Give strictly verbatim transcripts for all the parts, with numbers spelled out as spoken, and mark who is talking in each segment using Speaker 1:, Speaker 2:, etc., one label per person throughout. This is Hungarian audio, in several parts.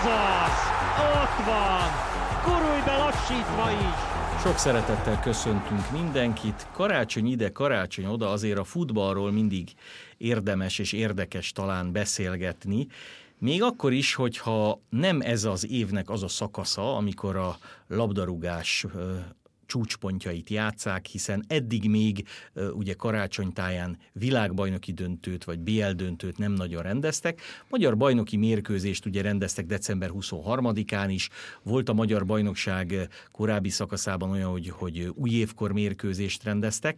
Speaker 1: az! Ott van! Gurulj be lassítva is!
Speaker 2: Sok szeretettel köszöntünk mindenkit. Karácsony ide, karácsony oda, azért a futballról mindig érdemes és érdekes talán beszélgetni. Még akkor is, hogyha nem ez az évnek az a szakasza, amikor a labdarúgás csúcspontjait játsszák, hiszen eddig még ugye karácsonytáján világbajnoki döntőt vagy bé el döntőt nem nagyon rendeztek. Magyar bajnoki mérkőzést ugye rendeztek december huszonharmadikán is. Volt a magyar bajnokság korábbi szakaszában olyan, hogy, hogy újévkor mérkőzést rendeztek.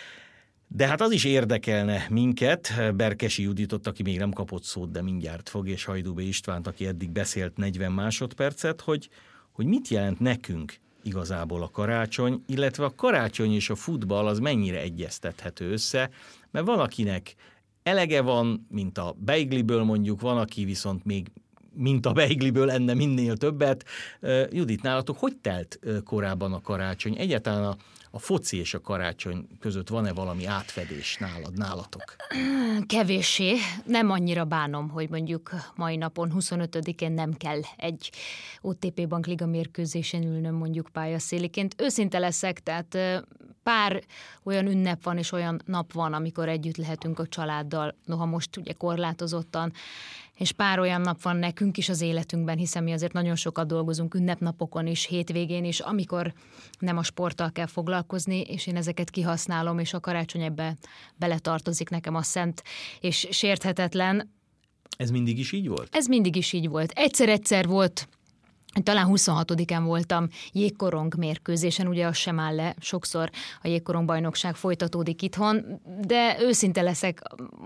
Speaker 2: De hát az is érdekelne minket, Berkesi Juditot, aki még nem kapott szót, de mindjárt fog, és Hajdú B. Istvánt, aki eddig beszélt negyven másodpercet, hogy, hogy mit jelent nekünk igazából a karácsony, illetve a karácsony és a futball az mennyire egyeztethető össze, mert van, akinek elege van, mint a beigliből mondjuk, van, aki viszont még mint a beigliből enne minél többet. Judit, nálatok hogy telt korábban a karácsony? Egyáltalán a, a foci és a karácsony között van-e valami átfedés nálad, nálatok?
Speaker 3: Kevéssé. Nem annyira bánom, hogy mondjuk mai napon, huszonötödikén nem kell egy o té pé Bankliga mérkőzésen ülnöm mondjuk pályaszéliként. Őszinte leszek, tehát pár olyan ünnep van és olyan nap van, amikor együtt lehetünk a családdal, noha most ugye korlátozottan, és pár olyan nap van nekünk is az életünkben, hiszen mi azért nagyon sokat dolgozunk ünnepnapokon is, hétvégén is, amikor nem a sporttal kell foglalkozni, és én ezeket kihasználom, és a karácsony ebbe beletartozik nekem a szent és sérthetetlen.
Speaker 2: Ez mindig is így volt?
Speaker 3: Ez mindig is így volt. Egyszer-egyszer volt, talán huszonhatodikán voltam jégkorong mérkőzésen, ugye az sem áll le, sokszor a jégkorong bajnokság folytatódik itthon, de őszinte leszek,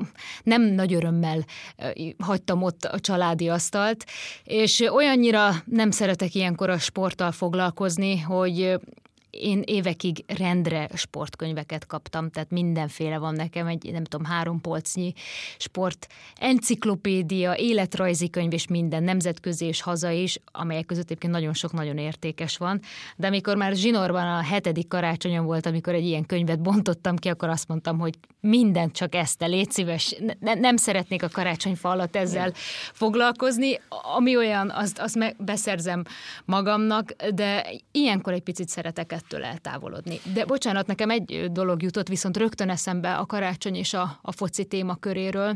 Speaker 3: nem nagy örömmel hagytam ott a családi asztalt, és olyannyira nem szeretek ilyenkor a sporttal foglalkozni, hogy én évekig rendre sportkönyveket kaptam, tehát mindenféle van nekem, egy nem tudom, három polcnyi sport, enciklopédia, életrajzi könyv és minden, nemzetközi és haza is, amelyek között egyébként nagyon sok nagyon értékes van. De amikor már zsinórban a hetedik karácsonyon volt, amikor egy ilyen könyvet bontottam ki, akkor azt mondtam, hogy mindent csak ezt, légy szíves, ne, nem szeretnék a karácsonyfa alatt ezzel foglalkozni. Ami olyan, azt, azt beszerzem magamnak, de ilyenkor egy picit szeretek ettől eltávolodni. De bocsánat, nekem egy dolog jutott viszont rögtön eszembe a karácsony és a, a foci témaköréről.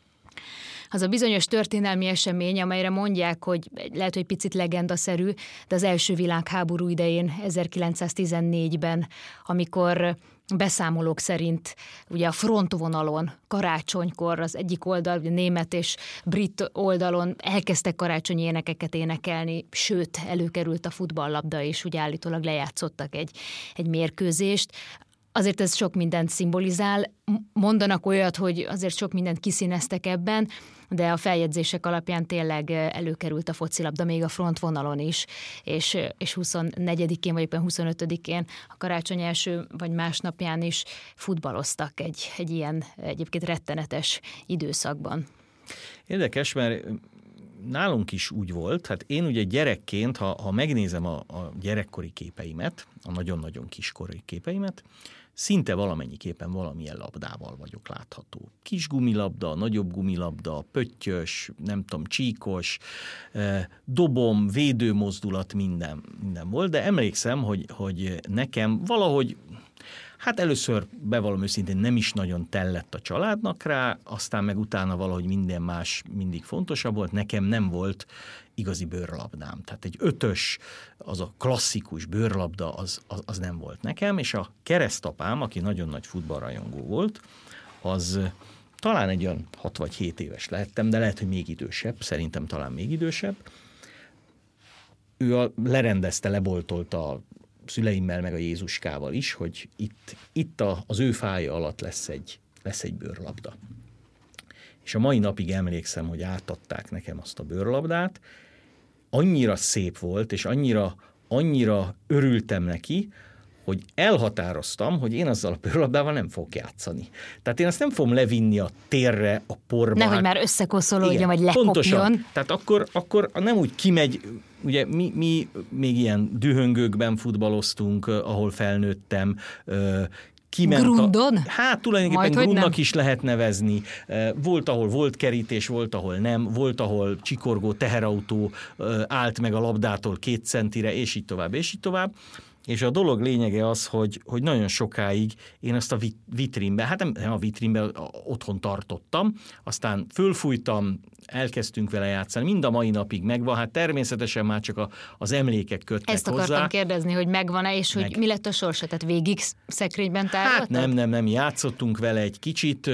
Speaker 3: Az a bizonyos történelmi esemény, amelyre mondják, hogy lehet, hogy picit legendaszerű, de az első világháború idején, ezerkilencszáztizennégyben, amikor beszámolók szerint ugye a frontvonalon karácsonykor az egyik oldal, ugye német és brit oldalon elkezdtek karácsonyi énekeket énekelni, sőt, előkerült a futballlabda, és ugye állítólag lejátszottak egy, egy mérkőzést. Azért ez sok mindent szimbolizál. Mondanak olyat, hogy azért sok mindent kiszíneztek ebben, de a feljegyzések alapján tényleg előkerült a focilabda még a frontvonalon is, és, és huszonnegyedikén vagy éppen huszonötödikén a karácsony első vagy másnapján is futballoztak egy, egy ilyen egyébként rettenetes időszakban.
Speaker 2: Érdekes, mert nálunk is úgy volt, hát én ugye gyerekként, ha, ha megnézem a, a gyerekkori képeimet, a nagyon-nagyon kiskori képeimet, szinte valamennyiképpen valamilyen labdával vagyok látható. Kis gumilabda, nagyobb gumilabda, pöttyös, nem tudom, csíkos, dobom, védőmozdulat, minden, minden volt, de emlékszem, hogy, hogy nekem valahogy, hát először bevallom őszintén nem is nagyon tellett a családnak rá, aztán meg utána valahogy minden más mindig fontosabb volt, nekem nem volt igazi bőrlabdám. Tehát egy ötös, az a klasszikus bőrlabda, az, az, az nem volt nekem, és a keresztapám, aki nagyon nagy futballrajongó volt, az talán egy olyan hat vagy hét éves lehettem, de lehet, hogy még idősebb, szerintem talán még idősebb. Ő a, lerendezte, leboltolta a szüleimmel, meg a Jézuskával is, hogy itt, itt a, az ő fája alatt lesz egy, lesz egy bőrlabda. És a mai napig emlékszem, hogy átadták nekem azt a bőrlabdát, annyira szép volt, és annyira, annyira örültem neki, hogy elhatároztam, hogy én azzal a bőrlabdával nem fogok játszani. Tehát én azt nem fogom levinni a térre, a porba.
Speaker 3: Nehogy már összekoszolódjon, vagy lekopjon.
Speaker 2: Pontosan. Tehát akkor, akkor nem úgy kimegy, ugye mi, mi még ilyen dühöngőkben futballoztunk, ahol felnőttem, kiment
Speaker 3: Grundon?
Speaker 2: A, hát tulajdonképpen
Speaker 3: Majd,
Speaker 2: grundnak is lehet nevezni. Volt, ahol volt kerítés, volt, ahol nem, volt, ahol csikorgó teherautó állt meg a labdától két centire, és így tovább, és így tovább. És a dolog lényege az, hogy, hogy nagyon sokáig én azt a vitrínbe, hát nem, nem a vitrínbe, otthon tartottam, aztán fölfújtam, elkezdtünk vele játszani, mind a mai napig megvan, hát természetesen már csak a, az emlékek kötnek
Speaker 3: Ezt
Speaker 2: hozzá.
Speaker 3: Ezt akartam kérdezni, hogy megvan-e, és meg. Hogy mi lett a sorsa? Tehát végig szekrényben tároltad?
Speaker 2: Hát nem, nem, nem, játszottunk vele egy kicsit,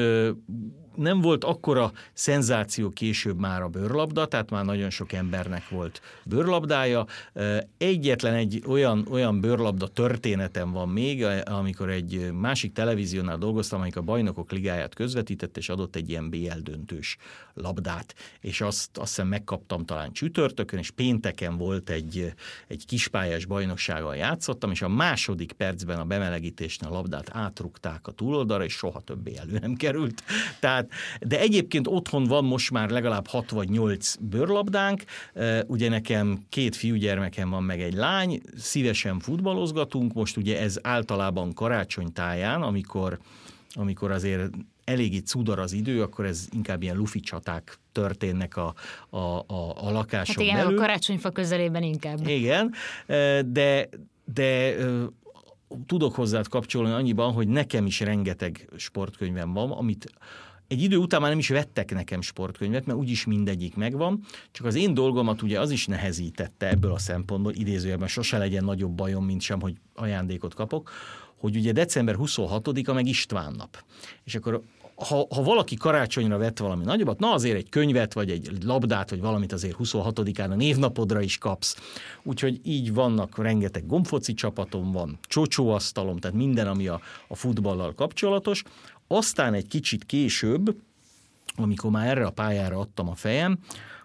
Speaker 2: nem volt akkora szenzáció később már a bőrlabda, tehát már nagyon sok embernek volt bőrlabdája. Egyetlen egy olyan, olyan bőrlabda történetem van még, amikor egy másik televíziónál dolgoztam, amelyik a Bajnokok Ligáját közvetített, és adott egy ilyen bé el döntős labdát, és azt, azt hiszem megkaptam talán csütörtökön, és pénteken volt egy, egy kispályás bajnoksággal játszottam, és a második percben a bemelegítésnél a labdát átrugták a túloldalra, és soha többé elő nem került. Tehát de egyébként otthon van most már legalább hat vagy nyolc bőrlabdánk, ugye nekem két fiúgyermekem van, meg egy lány, szívesen futballozgatunk, most ugye ez általában karácsonytáján, amikor, amikor azért eléggé cudar az idő, akkor ez inkább ilyen lufi csaták történnek a, a, a, a lakáson
Speaker 3: hát igen,
Speaker 2: belül.
Speaker 3: A karácsonyfa közelében inkább.
Speaker 2: Igen, de, de tudok hozzád kapcsolni annyiban, hogy nekem is rengeteg sportkönyvem van, amit egy idő után már nem is vettek nekem sportkönyvet, mert úgyis mindegyik megvan, csak az én dolgomat ugye az is nehezítette ebből a szempontból, idézőjelben sose legyen nagyobb bajom, mint sem, hogy ajándékot kapok, hogy ugye december huszonhatodika meg István nap. És akkor ha, ha valaki karácsonyra vett valami nagyobbat, na azért egy könyvet, vagy egy labdát, vagy valamit azért huszonhatodikán a névnapodra is kapsz. Úgyhogy így vannak, rengeteg gombfoci csapatom van, csocsóasztalom, tehát minden, ami a, a futballal kapcsolatos. Aztán egy kicsit később, amikor már erre a pályára adtam a fejem,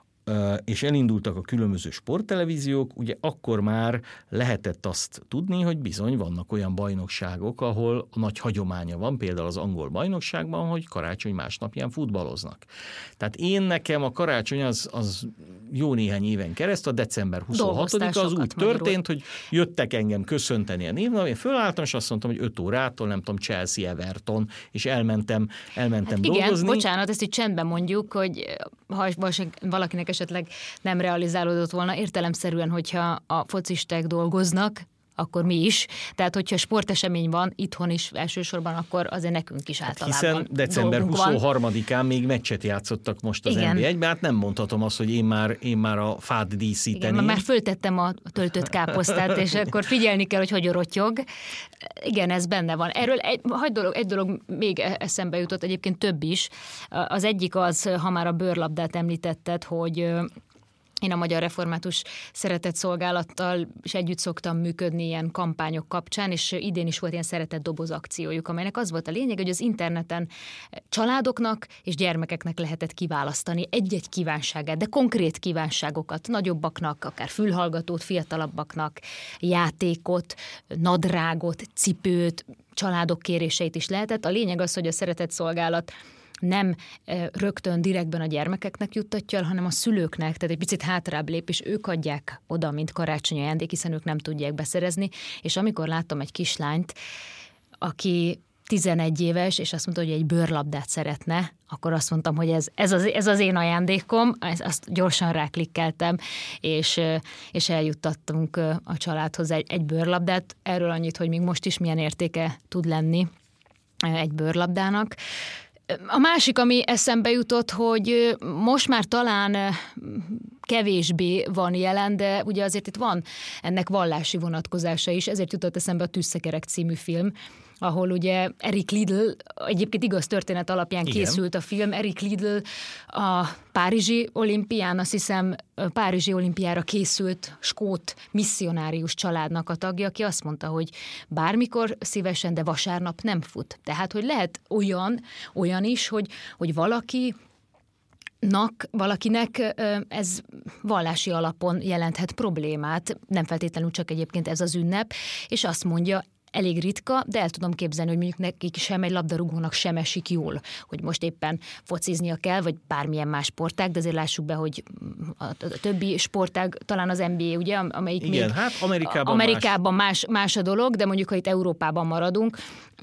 Speaker 2: és elindultak a különböző sporttelevíziók, ugye akkor már lehetett azt tudni, hogy bizony vannak olyan bajnokságok, ahol a nagy hagyománya van, például az angol bajnokságban, hogy karácsony másnapján futballoznak. Tehát én nekem a karácsony az, az jó néhány éven keresztül, a december huszonhatodika az úgy történt, magyarul. Hogy jöttek engem köszönteni a névnap, én fölálltam, és azt mondtam, hogy öt órától, nem tudom, Chelsea, Everton, és elmentem, elmentem hát
Speaker 3: igen,
Speaker 2: dolgozni.
Speaker 3: Bocsánat, ezt így csendben mondjuk, hogy ha valakinek esetleg nem realizálódott volna, értelemszerűen, hogyha a focisták dolgoznak, akkor mi is. Tehát, hogyha sportesemény van itthon is elsősorban, akkor azért nekünk is általában
Speaker 2: hát hiszen december huszonharmadikán még meccset játszottak most az en bé egyben, hát nem mondhatom azt, hogy én már, én már a fát díszíteném.
Speaker 3: Igen, már föltettem a töltött káposztát, és akkor figyelni kell, hogy hogy orottyog. Igen, ez benne van. Erről egy, egy, dolog, egy dolog még eszembe jutott, egyébként több is. Az egyik az, ha már a bőrlabdát említetted, hogy én a Magyar Református Szeretett Szolgálattal is együtt szoktam működni ilyen kampányok kapcsán, és idén is volt ilyen szeretett doboz akciójuk, amelynek az volt a lényeg, hogy az interneten családoknak és gyermekeknek lehetett kiválasztani egy-egy kívánságát, de konkrét kívánságokat, nagyobbaknak, akár fülhallgatót, fiatalabbaknak, játékot, nadrágot, cipőt, családok kéréseit is lehetett. A lényeg az, hogy a Szeretett Szolgálat nem rögtön direktben a gyermekeknek juttatja el, hanem a szülőknek, tehát egy picit hátrább lép, és ők adják oda, mint karácsonyi ajándék, hiszen ők nem tudják beszerezni. És amikor láttam egy kislányt, aki tizenegy éves, és azt mondta, hogy egy bőrlabdát szeretne, akkor azt mondtam, hogy ez, ez, az, ez az én ajándékom, azt gyorsan ráklikkeltem, és, és eljuttattunk a családhoz egy, egy bőrlabdát. Erről annyit, hogy még most is milyen értéke tud lenni egy bőrlabdának. A másik, ami eszembe jutott, hogy most már talán kevésbé van jelen, de ugye azért itt van ennek vallási vonatkozása is, ezért jutott eszembe a Tűzszekerek című film, ahol ugye Eric Liddell, egyébként igaz történet alapján Igen. készült a film, Eric Liddell a Párizsi olimpián, azt hiszem Párizsi olimpiára készült skót misszionárius családnak a tagja, aki azt mondta, hogy bármikor szívesen, de vasárnap nem fut. Tehát, hogy lehet olyan, olyan is, hogy, hogy valaki Nak, valakinek ez vallási alapon jelenthet problémát, nem feltétlenül csak egyébként ez az ünnep, és azt mondja, elég ritka, de el tudom képzelni, hogy mondjuk nekik sem egy labdarúgónak sem esik jól, hogy most éppen fociznia kell, vagy bármilyen más sportág, de azért lássuk be, hogy a, a többi sportág, talán az en bé á, ugye, amelyik
Speaker 2: igen,
Speaker 3: még
Speaker 2: hát Amerikában,
Speaker 3: Amerikában más. Más, más a dolog, de mondjuk, ha itt Európában maradunk,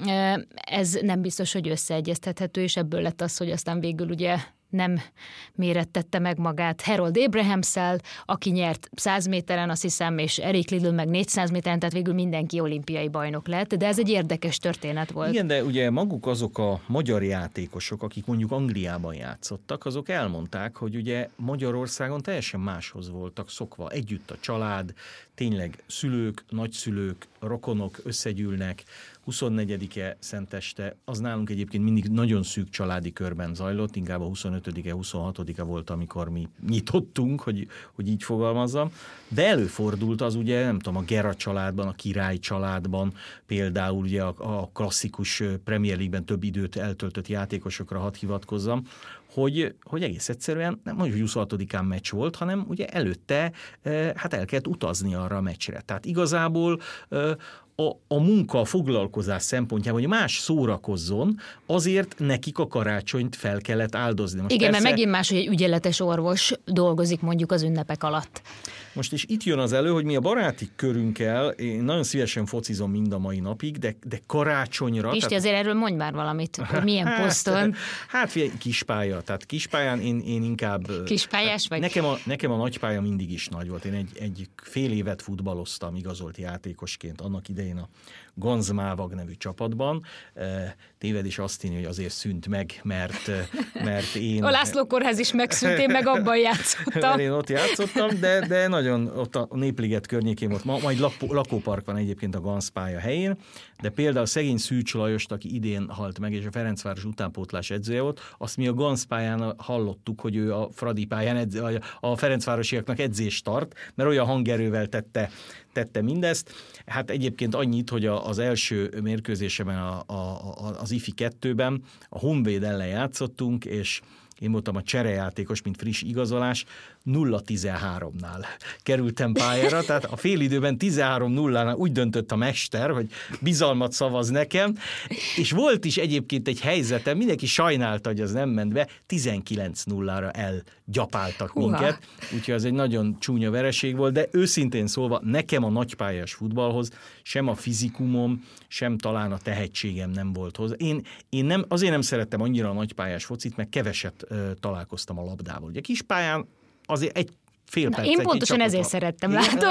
Speaker 3: ez nem biztos, hogy összeegyeztethető, és ebből lett az, hogy aztán végül ugye nem mérettette meg magát Harold Abrahamsszel, aki nyert száz méteren, azt hiszem, és Eric Liddell meg négyszáz méteren, tehát végül mindenki olimpiai bajnok lett, de ez egy érdekes történet volt.
Speaker 2: Igen, de ugye maguk azok a magyar játékosok, akik mondjuk Angliában játszottak, azok elmondták, hogy ugye Magyarországon teljesen máshoz voltak szokva. Együtt a család, tényleg szülők, nagyszülők, rokonok összegyűlnek, huszonnegyedike szenteste, az nálunk egyébként mindig nagyon szűk családi körben zajlott, inkább a huszonötödike, huszonhatodika volt, amikor mi nyitottunk, hogy, hogy így fogalmazzam, de előfordult az ugye, nem tudom, a Gera családban, a Király családban, például ugye a, a klasszikus Premier League-ben több időt eltöltött játékosokra hadd hivatkozzam, hogy, hogy egész egyszerűen nem mondjuk, hogy huszonhatodikán meccs volt, hanem ugye előtte hát el kellett utazni arra a meccsre. Tehát igazából A, a munka, a foglalkozás szempontjából, hogy más szórakozzon, azért nekik a karácsonyt fel kellett áldozni. Most
Speaker 3: igen,
Speaker 2: persze,
Speaker 3: mert megint más, hogy egy ügyeletes orvos dolgozik mondjuk az ünnepek alatt.
Speaker 2: Most is itt jön az elő, hogy mi a baráti körünkkel, én nagyon szívesen focizom mind a mai napig, de, de karácsonyra...
Speaker 3: Pisti, tehát... azért erről mondj már valamit, hogy milyen hát, poszton.
Speaker 2: Hát figyelj, kispálya, tehát kispályán én, én inkább...
Speaker 3: Kispályás vagy?
Speaker 2: Nekem a, nekem a nagypálya mindig is nagy volt. Én egy, egy fél évet futballoztam igazolt játékosként annak idején a Ganzmávag nevű csapatban. Téved is azt hinni, hogy azért szűnt meg, mert, mert én...
Speaker 3: A László kórház is megszűnt, én meg abban játszottam.
Speaker 2: Én ott játszottam, de, de nagyon ott a Népliget környékén volt, majd lakó, lakópark van egyébként a Ganzpálya helyén, de például szegény Szűcs Lajost, aki idén halt meg, és a Ferencváros utánpótlás edzője volt, azt mi a Ganzpályán hallottuk, hogy ő a Fradi pályán edző, a Ferencvárosiaknak edzést tart, mert olyan hangerővel tette, tette mindezt. Hát egyébként annyit, hogy az első mérkőzésemen a, a, a, az ifi kettőben a Honvéd ellen játszottunk, és én voltam a cserejátékos, mint friss igazolás, nulla tizenháromnál kerültem pályára, tehát a félidőben tizenhárom nullánál úgy döntött a mester, hogy bizalmat szavaz nekem, és volt is egyébként egy helyzetem, mindenki sajnálta, hogy az nem ment be, tizenkilenc nullára elgyapáltak Húha. minket, úgyhogy az egy nagyon csúnya vereség volt, de őszintén szólva nekem a nagypályás futballhoz sem a fizikumom, sem talán a tehetségem nem volt hozzá. Én, én nem, azért nem szerettem annyira a nagypályás focit, mert keveset uh, találkoztam a labdával. Ugye kispályán azért egy fél perc.
Speaker 3: Én pontosan ezért a... szerettem, látod?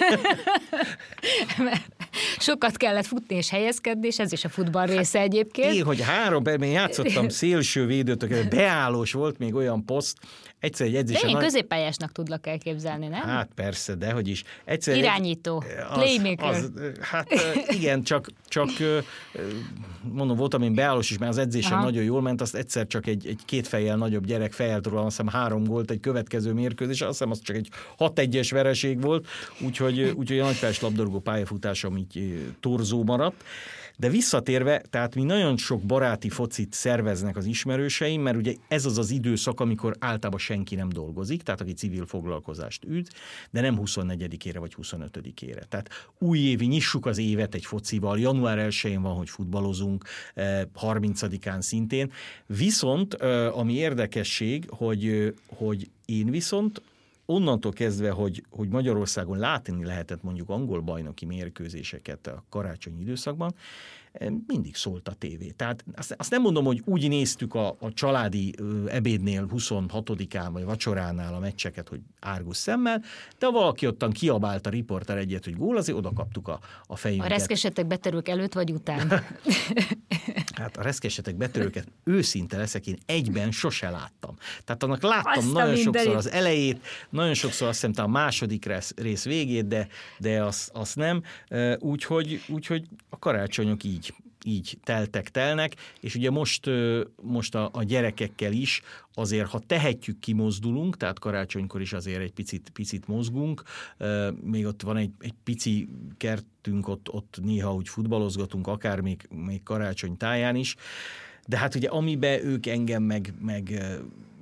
Speaker 3: Sokat kellett futni és helyezkedni, és ez is a futball része egyébként.
Speaker 2: Én, hogy három percben játszottam szélső védőtök, beállós volt még olyan poszt, egyszer egy edzés.
Speaker 3: De én
Speaker 2: nagy...
Speaker 3: középpályásnak tudlak elképzelni, nem?
Speaker 2: Hát persze, dehogy is. Egyszer
Speaker 3: irányító,
Speaker 2: egy...
Speaker 3: playmaker.
Speaker 2: Az, az, hát igen, csak, csak mondom, voltam én beállós is, mert az edzésen Aha. nagyon jól ment, azt egyszer csak egy, egy két fejjel nagyobb gyerek fejelt róla, azt hiszem három gólt egy következő mérkőzés, azt hiszem az csak egy hat egyes vereség volt, úgyhogy, úgyhogy a nagypályás labdarúgó pályafutásom így torzó maradt. De visszatérve, tehát mi nagyon sok baráti focit szerveznek az ismerőseim, mert ugye ez az az időszak, amikor általában senki nem dolgozik, tehát aki civil foglalkozást üt, de nem huszonnegyedikére vagy huszonötödikére. Tehát újévi nyissuk az évet egy focival, január elsején van, hogy futballozunk, harmincadikán szintén. Viszont, ami érdekesség, hogy, hogy én viszont onnantól kezdve, hogy, hogy Magyarországon látni lehetett mondjuk angol bajnoki mérkőzéseket a karácsonyi időszakban, mindig szólt a tévé. Tehát azt, azt nem mondom, hogy úgy néztük a, a családi ebédnél huszonhatodikán vagy vacsoránál a meccseket, hogy árgus szemmel, de ha valaki ottan kiabált a riporter egyet, hogy gól, azért oda kaptuk a, a fejünket.
Speaker 3: A reszkesetek betörők előtt vagy után?
Speaker 2: Hát a reszkesetek betörőket őszinte leszek, én egyben sose láttam. Tehát annak láttam
Speaker 3: Aztán
Speaker 2: nagyon
Speaker 3: mindenit.
Speaker 2: sokszor az elejét, nagyon sokszor azt hiszem a második rész, rész végét, de, de azt az nem. Úgyhogy, úgyhogy a karácsonyok így, így teltek, telnek, és ugye most, most a, a gyerekekkel is azért, ha tehetjük, kimozdulunk, tehát karácsonykor is azért egy picit, picit mozgunk, még ott van egy, egy pici kertünk, ott, ott néha úgy futballozgatunk, akár még, még karácsony táján is, de hát ugye amiben ők engem meg, meg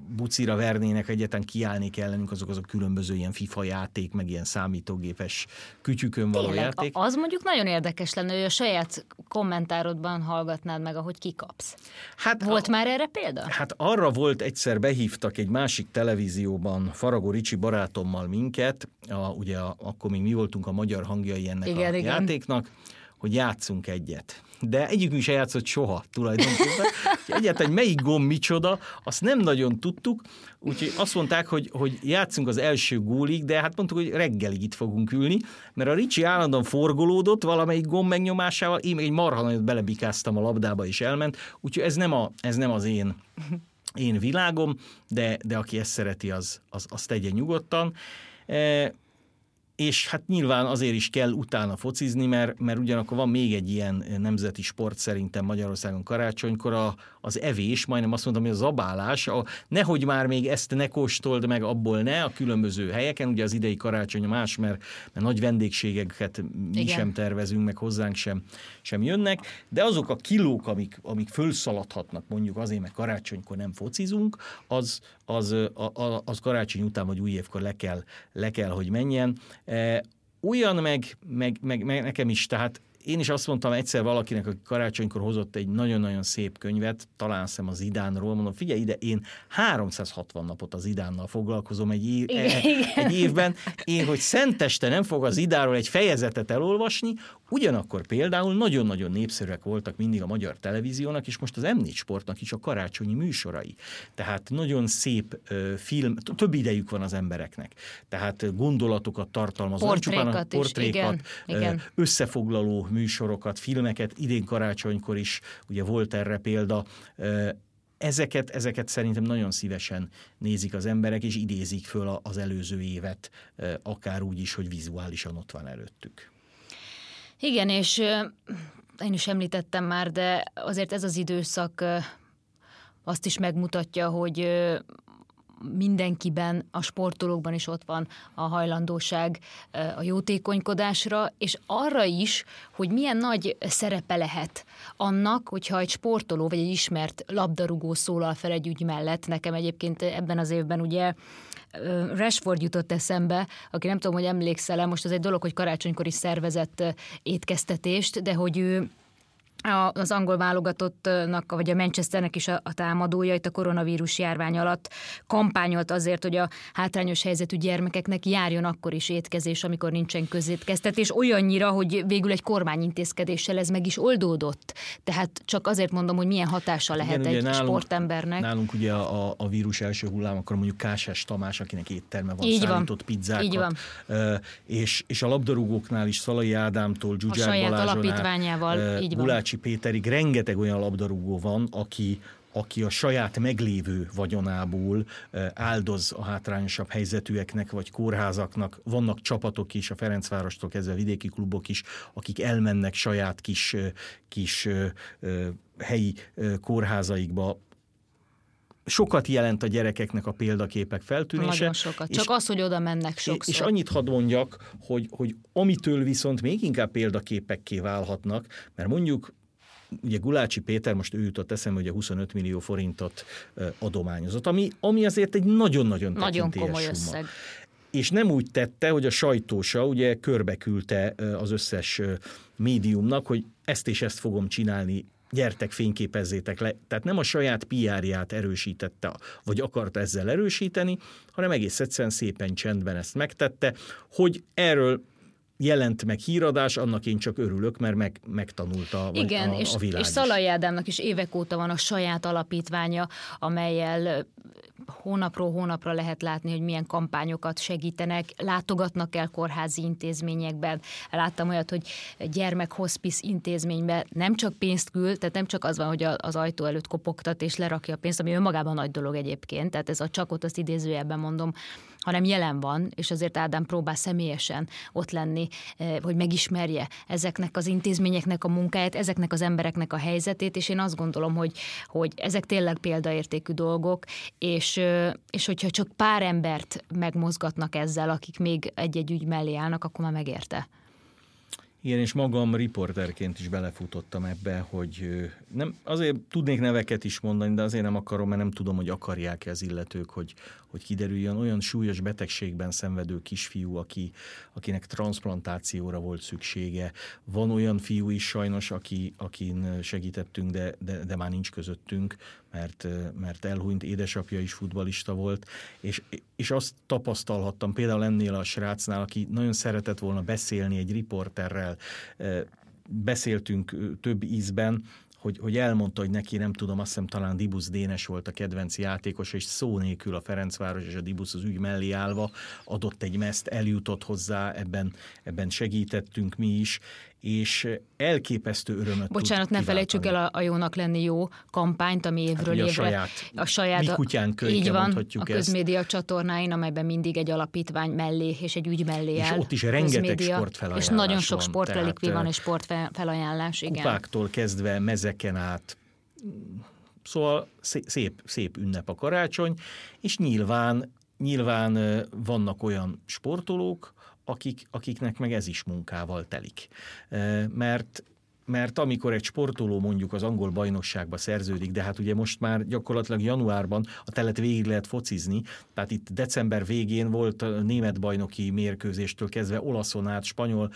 Speaker 2: bucira vernének, egyáltalán kiállnék ellenünk azok azok különböző ilyen FIFA játék, meg ilyen számítógépes kütyükön való
Speaker 3: Tényleg,
Speaker 2: játék.
Speaker 3: Az mondjuk nagyon érdekes lenne, hogy a saját kommentárodban hallgatnád meg, ahogy kikapsz.
Speaker 2: Hát
Speaker 3: volt
Speaker 2: a,
Speaker 3: már erre példa?
Speaker 2: Hát arra volt, egyszer behívtak egy másik televízióban Faragó Ricsi barátommal minket, a, ugye a, akkor még mi voltunk a magyar hangjai ennek
Speaker 3: igen,
Speaker 2: a
Speaker 3: igen.
Speaker 2: játéknak, hogy játszunk egyet. De egyikünk se játszott soha tulajdonképpen. Egyáltalán melyik gomb micsoda, azt nem nagyon tudtuk, úgyhogy azt mondták, hogy, hogy játszunk az első gólig, de hát mondtuk, hogy reggelig itt fogunk ülni, mert a Ricsi állandóan forgolódott valamelyik gomb megnyomásával, én még egy marha nagyot belebikáztam a labdába és elment, úgyhogy ez nem, a, ez nem az én, én világom, de, de aki ezt szereti, az, az, az tegye nyugodtan. E, és hát nyilván azért is kell utána focizni, mert, mert ugyanakkor van még egy ilyen nemzeti sport szerintem Magyarországon karácsonykor, a, az evés, majdnem azt mondom, hogy a zabálás, a, nehogy már még ezt ne kóstold meg, abból ne, a különböző helyeken, ugye az idei karácsony más, mert, mert nagy vendégségeket mi Igen. sem tervezünk, meg hozzánk sem, sem jönnek, de azok a kilók, amik, amik fölszaladhatnak mondjuk azért, mert karácsonykor nem focizunk, az, az, az, az karácsony után vagy új évkor le kell, le kell hogy menjen. Olyan meg, meg, meg, meg nekem is, tehát én is azt mondtam egyszer valakinek, aki karácsonykor hozott egy nagyon-nagyon szép könyvet, talán szem az Zidánról, mondom, figyelj ide, én háromszázhatvan napot az Zidánnal foglalkozom egy, év,
Speaker 3: igen,
Speaker 2: egy évben, én, hogy szenteste nem fog az Zidánról egy fejezetet elolvasni, ugyanakkor például nagyon-nagyon népszerűek voltak mindig a magyar televíziónak, és most az em négy Sportnak is a karácsonyi műsorai. Tehát nagyon szép uh, film, több idejük van az embereknek. Tehát gondolatokat tartalmazó, nem csupán a portrékat,
Speaker 3: igen, igen.
Speaker 2: összefoglaló műsorokat, filmeket, idén karácsonykor is, ugye volt erre példa, ezeket, ezeket szerintem nagyon szívesen nézik az emberek, és idézik föl az előző évet, akár úgy is, hogy vizuálisan ott van előttük.
Speaker 3: Igen, és én is említettem már, de azért ez az időszak azt is megmutatja, hogy mindenkiben, a sportolókban is ott van a hajlandóság a jótékonykodásra, és arra is, hogy milyen nagy szerepe lehet annak, hogyha egy sportoló vagy egy ismert labdarúgó szólal fel egy ügy mellett. Nekem egyébként ebben az évben ugye Rashford jutott eszembe, aki nem tudom, hogy emlékszel-e, most az egy dolog, hogy karácsonykor is szervezett étkeztetést, de hogy ő az angol válogatottnak, vagy a Manchesternek is a, a támadója itt a koronavírus járvány alatt kampányolt azért, hogy a hátrányos helyzetű gyermekeknek járjon akkor is étkezés, amikor nincsen közétkeztetés, olyannyira, hogy végül egy kormányintézkedéssel ez meg is oldódott. Tehát csak azért mondom, hogy milyen hatása lehet Igen, egy nálunk, sportembernek.
Speaker 2: Nálunk ugye a, a vírus első hullám, akkor mondjuk Kásás Tamás, akinek étterme van,
Speaker 3: Így
Speaker 2: szállított
Speaker 3: van.
Speaker 2: pizzákat.
Speaker 3: Így van.
Speaker 2: És, és a labdarúgóknál is Szalai Ádámtól, Zsuzsák Balázsonál, Gulácsi Péterig rengeteg olyan labdarúgó van, aki, aki a saját meglévő vagyonából áldoz a hátrányosabb helyzetűeknek, vagy kórházaknak. Vannak csapatok is, a Ferencvárostól kezdve vidéki klubok is, akik elmennek saját kis, kis helyi kórházaikba. Sokat jelent a gyerekeknek a példaképek feltűnése.
Speaker 3: Nagyon sokat. Csak az, hogy oda mennek sokszor.
Speaker 2: És annyit hadd mondjak, hogy, hogy amitől viszont még inkább példaképekké válhatnak, mert mondjuk ugye Gulácsi Péter, most ő jutott eszembe, hogy a huszonöt millió forintot adományozott, ami, ami azért egy nagyon-nagyon
Speaker 3: Nagyon
Speaker 2: tekintélyes
Speaker 3: komoly
Speaker 2: summa.
Speaker 3: összeg.
Speaker 2: És nem úgy tette, hogy a sajtósa ugye körbeküldte az összes médiumnak, hogy ezt és ezt fogom csinálni, gyertek, fényképezzétek le. Tehát nem a saját pé er-ját erősítette, vagy akarta ezzel erősíteni, hanem egész egyszerűen szépen csendben ezt megtette, hogy erről jelent meg híradás, annak én csak örülök, mert meg, megtanulta
Speaker 3: Igen,
Speaker 2: a,
Speaker 3: és,
Speaker 2: a világ
Speaker 3: és Szalai Ádámnak is évek óta van a saját alapítványa, amellyel hónapról hónapra lehet látni, hogy milyen kampányokat segítenek, látogatnak el kórházi intézményekben. Láttam olyat, hogy gyermekhospice intézményben nem csak pénzt küld, tehát nem csak az van, hogy az ajtó előtt kopogtat és lerakja a pénzt, ami önmagában nagy dolog egyébként, tehát ez a csak ott azt idézőjelben mondom, hanem jelen van, és azért Ádám próbál személyesen ott lenni, hogy megismerje ezeknek az intézményeknek a munkáját, ezeknek az embereknek a helyzetét, és én azt gondolom, hogy, hogy ezek tényleg példaértékű dolgok, és, és hogyha csak pár embert megmozgatnak ezzel, akik még egy-egy ügy mellé állnak, akkor már megérte.
Speaker 2: Igen, és magam riporterként is belefutottam ebbe, hogy nem, azért tudnék neveket is mondani, de azért nem akarom, mert nem tudom, hogy akarják-e az illetők, hogy, hogy kiderüljön olyan súlyos betegségben szenvedő kisfiú, aki, akinek transplantációra volt szüksége. Van olyan fiú is sajnos, aki, akin segítettünk, de, de, de már nincs közöttünk, mert, mert elhunyt, édesapja is futballista volt, és, és azt tapasztalhattam például ennél a srácnál, aki nagyon szeretett volna beszélni egy riporterrel, beszéltünk több ízben, hogy, hogy elmondta, hogy neki nem tudom, azt hiszem talán Dibusz Dénes volt a kedvenc játékos, és szó nélkül a Ferencváros és a Dibusz az ügy mellé állva adott egy meszt, eljutott hozzá, ebben, ebben segítettünk mi is, és elképesztő örömöt
Speaker 3: Bocsánat, ne felejtsük el a, a Jónak lenni jó kampányt, ami évről
Speaker 2: hát,
Speaker 3: évre.
Speaker 2: A saját,
Speaker 3: a saját
Speaker 2: mi kutyán kölyke,
Speaker 3: így van,
Speaker 2: mondhatjuk
Speaker 3: a közmédia ezt. Csatornáin, amelyben mindig egy alapítvány mellé és egy ügy mellé áll.
Speaker 2: És ott is rengeteg sportfelajánlás
Speaker 3: és nagyon sok
Speaker 2: van,
Speaker 3: sportrelikvé van és sportfelajánlás, igen.
Speaker 2: Kupáktól kezdve mezeken át. Szóval szép, szép ünnep a karácsony, és nyilván, nyilván vannak olyan sportolók, akik, akiknek meg ez is munkával telik. Mert, mert amikor egy sportoló mondjuk az angol bajnokságba szerződik, de hát ugye most már gyakorlatilag januárban a telet végig lehet focizni, tehát itt december végén volt a német bajnoki mérkőzéstől kezdve olaszon át, spanyol,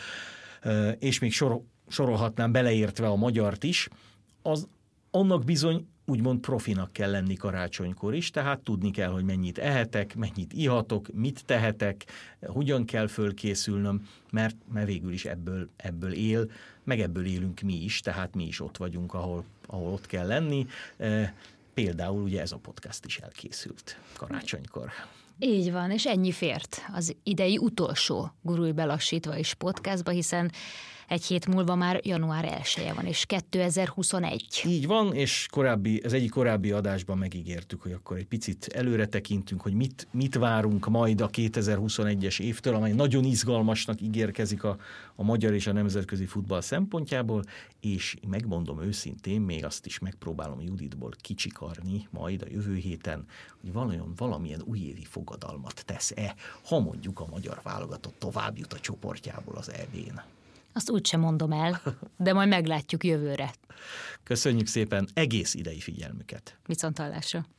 Speaker 2: és még sor, sorolhatnám beleértve a magyart is, az annak bizony úgymond profinak kell lenni karácsonykor is, tehát tudni kell, hogy mennyit ehetek, mennyit ihatok, mit tehetek, hogyan kell fölkészülnöm, mert, mert végül is ebből, ebből él, meg ebből élünk mi is, tehát mi is ott vagyunk, ahol, ahol ott kell lenni. Például ugye ez a podcast is elkészült karácsonykor.
Speaker 3: Így van, és ennyi fért az idei utolsó Gurulj Belassítva is podcastba, hiszen egy hét múlva már január elseje van, és kétezer-huszonegy.
Speaker 2: Így van, és korábbi, az egyik korábbi adásban megígértük, hogy akkor egy picit előre tekintünk, hogy mit, mit várunk majd a kétezer-huszonegyes évtől, amely nagyon izgalmasnak ígérkezik a, a magyar és a nemzetközi futball szempontjából, és megmondom őszintén, még azt is megpróbálom Juditból kicsikarni majd a jövő héten, hogy valami, valamilyen újévi fogadalmat tesz-e, ha mondjuk a magyar válogatott tovább jut a csoportjából az é bén.
Speaker 3: Azt úgysem mondom el, de majd meglátjuk jövőre.
Speaker 2: Köszönjük szépen egész idei figyelmüket.
Speaker 3: Viszonthallásra.